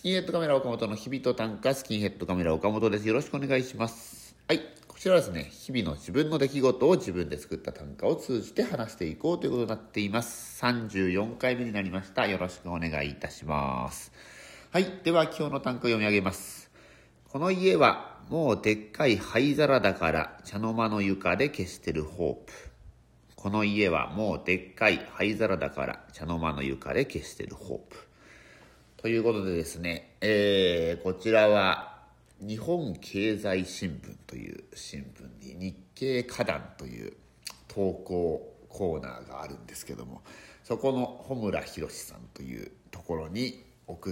キンヘッドカメラ岡本の日々と短歌、スキンヘッドカメラ岡本です。よろしくお願いします。はい、こちらはですね、日々の自分の出来事を自分で作った短歌を通じて話していこうということになっています。34回目になりました。よろしくお願いいたします。はい、では今日の短歌を読み上げます。この家はもうでっかい灰皿だから茶の間の床で消してるホープ。この家はもうでっかい灰皿だから茶の間の床で消してるホープ。ということでですね、こちらは日本経済新聞という新聞に日経歌壇という投稿コーナーがあるんですけども、そこの穂村博さんというところに送って、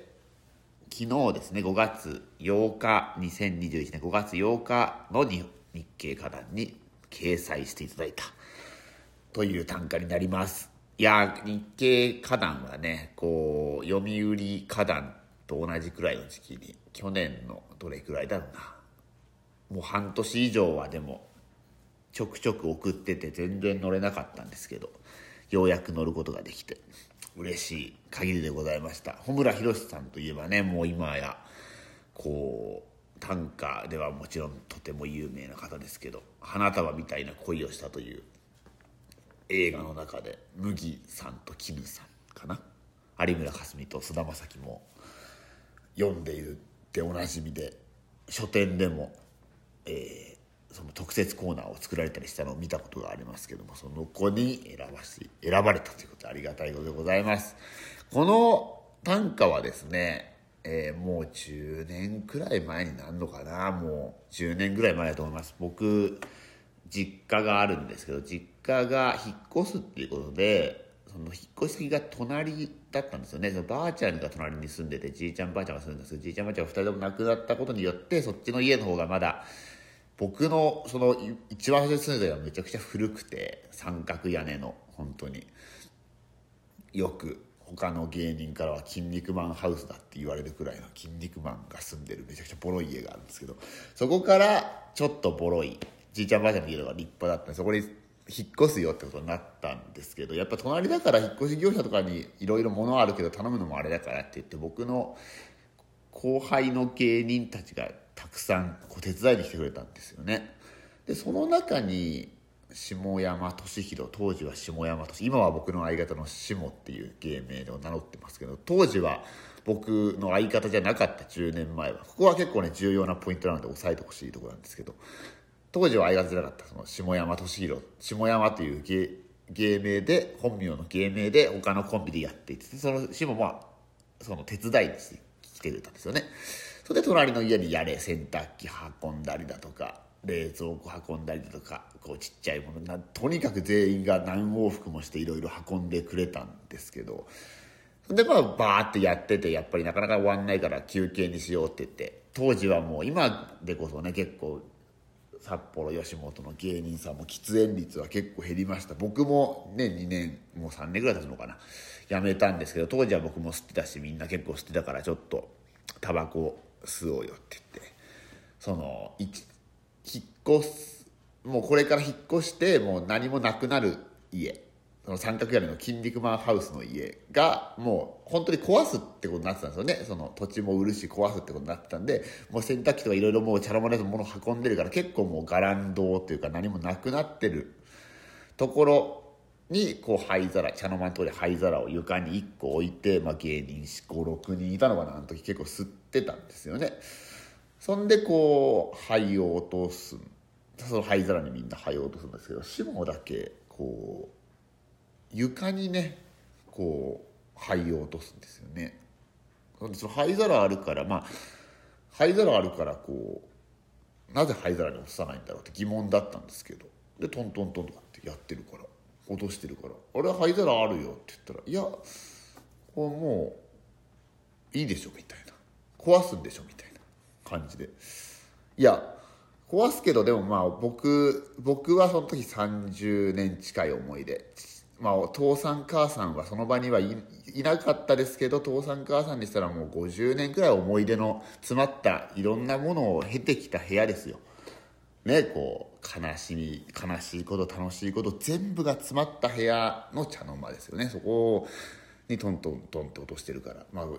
昨日ですね、5月8日、2021年5月8日の日経歌壇に掲載していただいたという短歌になります。いや、日経歌壇はね、こう読売歌壇と同じくらいの時期に、去年のどれくらいだろうな、もう半年以上はでもちょくちょく送ってて全然乗れなかったんですけど、ようやく乗ることができて嬉しい限りでございました。穂村博さんといえばね、もう今やこう短歌ではもちろんとても有名な方ですけど、花束みたいな恋をしたという映画の中で麦さんと絹さんかな、有村架純と菅田将暉も読んでいるっておなじみで、書店でも、その特設コーナーを作られたりしたのを見たことがありますけども、その子に選ばれたということでありがたいことでございます。この短歌はですね、もう10年くらい前になるのかな、もう10年くらい前だと思います。僕実家があるんですけど、実家が引っ越すっていうことで、その引っ越し先が隣だったんですよね。そのばあちゃんが隣に住んでて、じいちゃんばあちゃんが住んでるんですけど、じいちゃんばあちゃんが2人とも亡くなったことによって、そっちの家の方がまだ僕のその一番最初に住んでたのがめちゃくちゃ古くて、三角屋根の本当によく他の芸人からは筋肉マンハウスだって言われるくらいの筋肉マンが住んでるめちゃくちゃボロい家があるんですけど、そこからちょっとボロいじいちゃんばあちゃんの家が立派だったんで、そこに引っ越すよってことになったんですけど、やっぱ隣だから引っ越し業者とかにいろいろ物あるけど頼むのもあれだからって言って、僕の後輩の芸人たちがたくさんこう手伝いに来てくれたんですよね。でその中に下山俊弘、当時は下山俊、今は僕の相方の下っていう芸名で名乗ってますけど、当時は僕の相方じゃなかった。10年前は、ここは結構ね重要なポイントなので押さえてほしいところなんですけど、当時は相方じゃなかったその下山俊弘、下山という芸名で、本名の芸名で他のコンビでやっていて、その下もその手伝いに来てくれたんですよね。それで隣の家に洗濯機運んだりだとか、冷蔵庫運んだりだとか、こうちっちゃいものとにかく全員が何往復もしていろいろ運んでくれたんですけど、でバーってやってて、やっぱりなかなか終わんないから休憩にしようって言って、当時はもう今でこそね、結構札幌吉本の芸人さんも喫煙率は結構減りました。僕もね2年もう3年ぐらい経つのかな、やめたんですけど、当時は僕も吸ってたし、みんな結構吸ってたから、ちょっとタバコ吸おうよって言って、その引っ越す、もうこれから引っ越してもう何もなくなる家、その三角屋根の筋肉マンハウスの家がもう本当に壊すってことになってたんですよね。その土地も売るし壊すってことになってたんで、もう洗濯機とかいろいろもうチャラマラのものを運んでるから、結構もう伽藍堂っていうか何もなくなってるところに、こう灰皿、茶の間の通り灰皿を床に1個置いて、芸人4、5、6人いたのかな、あの時結構吸ってたんですよね。そんでこう灰を落とす、その灰皿にみんな灰を落とすんですけど、下だけこう床にねこう灰を落とすんですよね。その灰皿あるから、灰皿あるからこうなぜ灰皿に落とさないんだろうって疑問だったんですけど、でトントントンとかってやってるから、落としてるから、あれ灰皿あるよって言ったら、いやこれもういいでしょみたいな、壊すんでしょみたいな感じで、いや壊すけど、でも僕はその時30年近い思い出、父さん母さんはその場にはいなかったですけど、父さん母さんにしたらもう50年くらい思い出の詰まったいろんなものを経てきた部屋ですよね。こう悲しいこと、楽しいこと全部が詰まった部屋の茶の間ですよね。そこにトントントンって落としてるから、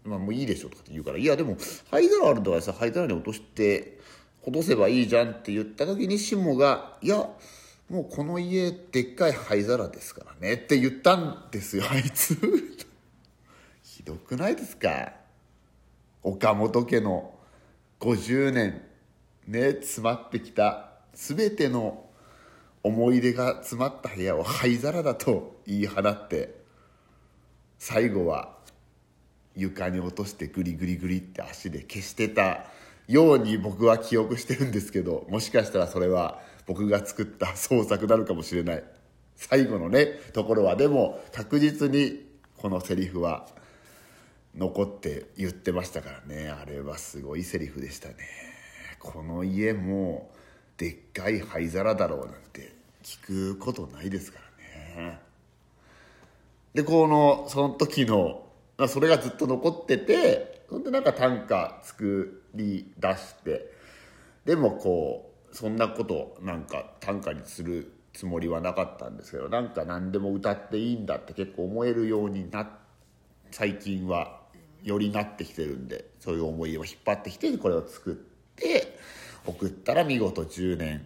もういいでしょとかって言うから、いやでも灰皿あるんだからさ、灰皿に落とせばいいじゃんって言った時にシモが、いやもうこの家でっかい灰皿ですからねって言ったんですよ、あいつひどくないですか。岡本家の50年ね、詰まってきた全ての思い出が詰まった部屋を灰皿だと言い放って、最後は床に落としてグリグリグリって足で消してたように僕は記憶してるんですけど、もしかしたらそれは僕が作った創作なのかもしれない。最後のねところはでも確実にこのセリフは残って言ってましたからね。あれはすごいセリフでしたね。この家もでっかい灰皿だろうなんて聞くことないですからね。でその時のそれがずっと残ってて、そんでなんか短歌作り出して、でもそんなことなんか短歌にするつもりはなかったんですけど、なんか何でも歌っていいんだって結構思えるように最近はよりなってきてるんで、そういう思いを引っ張ってきてこれを作って送ったら、見事10年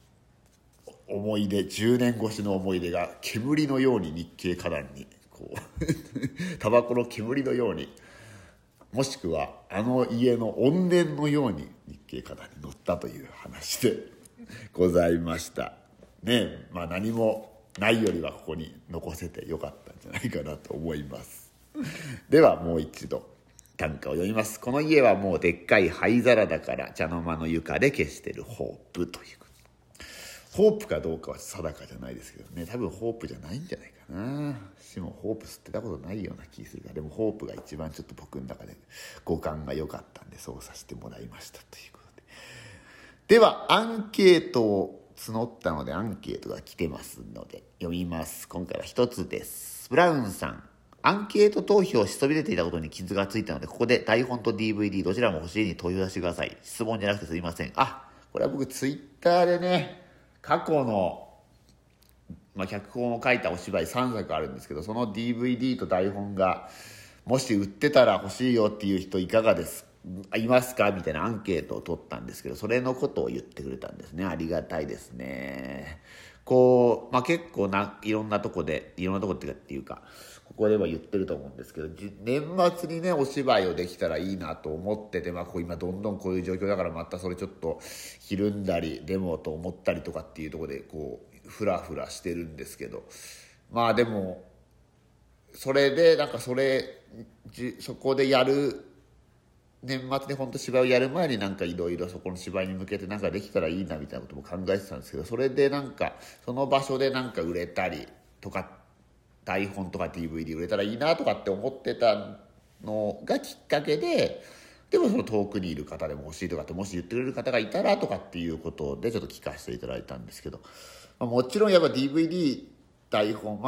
越しの思い出が煙のように日経歌壇にタバコの煙のように、もしくはあの家の怨念のように日経歌壇に載ったという話でございましたね。何もないよりはここに残せてよかったんじゃないかなと思います。ではもう一度短歌を読みます。この家はもうでっかい灰皿だから茶の間の床で消してるホープということ。ホープかどうかは定かじゃないですけどね、多分ホープじゃないんじゃないかな。私もホープ吸ってたことないような気するが、でもホープが一番ちょっと僕の中で五感が良かったんでそうさせてもらいましたということで。ではアンケートを募ったのでアンケートが来てますので読みます。今回は一つです。ブラウンさん、アンケート投票しそびれていたことに傷がついたので、ここで台本と DVD どちらも欲しいに投票してください。質問じゃなくてすいません。これは僕ツイッターでね、過去の、脚本を書いたお芝居3作あるんですけど、その DVD と台本がもし売ってたら欲しいよっていう人いますかみたいなアンケートを取ったんですけど、それのことを言ってくれたんですね。ありがたいですね。結構いろんなとこっていうかここでは言ってると思うんですけど、年末にねお芝居をできたらいいなと思ってて、今どんどんこういう状況だからまたそれちょっとひるんだりでもと思ったりとかっていうところでフラフラしてるんですけど、でもそれでそこでやる年末で本当芝居をやる前にいろいろそこの芝居に向けてできたらいいなみたいなことも考えてたんですけど、それでその場所で売れたりとか台本とか DVD 売れたらいいなとかって思ってたのがきっかけで、でもその遠くにいる方でも欲しいとかってもし言ってくれる方がいたらとかっていうことでちょっと聞かせていただいたんですけど、もちろんやっぱ DVD 台本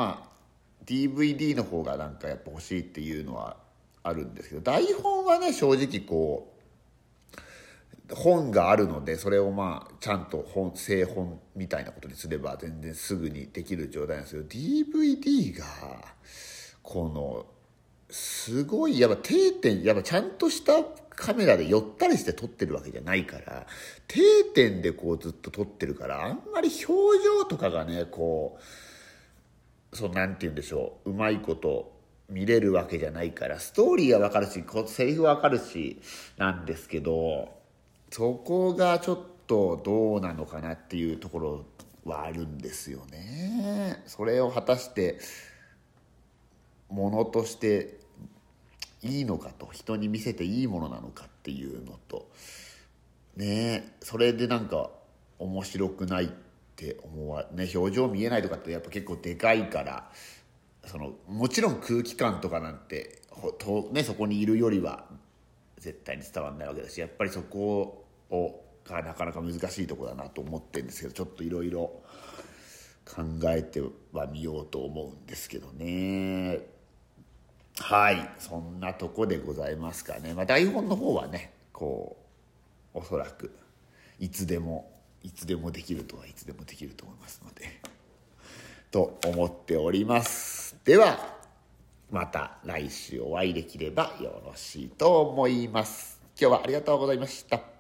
DVD の方がやっぱ欲しいっていうのはあるんですけど、台本はね正直本があるので、それをちゃんと製本みたいなことにすれば全然すぐにできる状態なんですけど、 DVD がすごいやっぱ定点、やっぱちゃんとしたカメラで寄ったりして撮ってるわけじゃないから、定点でずっと撮ってるから、あんまり表情とかがねなんて言うんでしょう、うまいこと見れるわけじゃないから、ストーリーは分かるしセリフは分かるしなんですけど、そこがちょっとどうなのかなっていうところはあるんですよね。それを果たしてものとしていいのかと、人に見せていいものなのかっていうのとね、それで面白くないって表情見えないとかってやっぱ結構でかいから、もちろん空気感とかなんてそこにいるよりは絶対に伝わらないわけだし、やっぱりそこがなかなか難しいところだなと思ってるんですけど、ちょっといろいろ考えてはみようと思うんですけどね。そんなとこでございますかね。台本の方はねおそらくいつでもできるとはいつでもできると思いますのでと思っております。ではまた来週お会いできればよろしいと思います。今日はありがとうございました。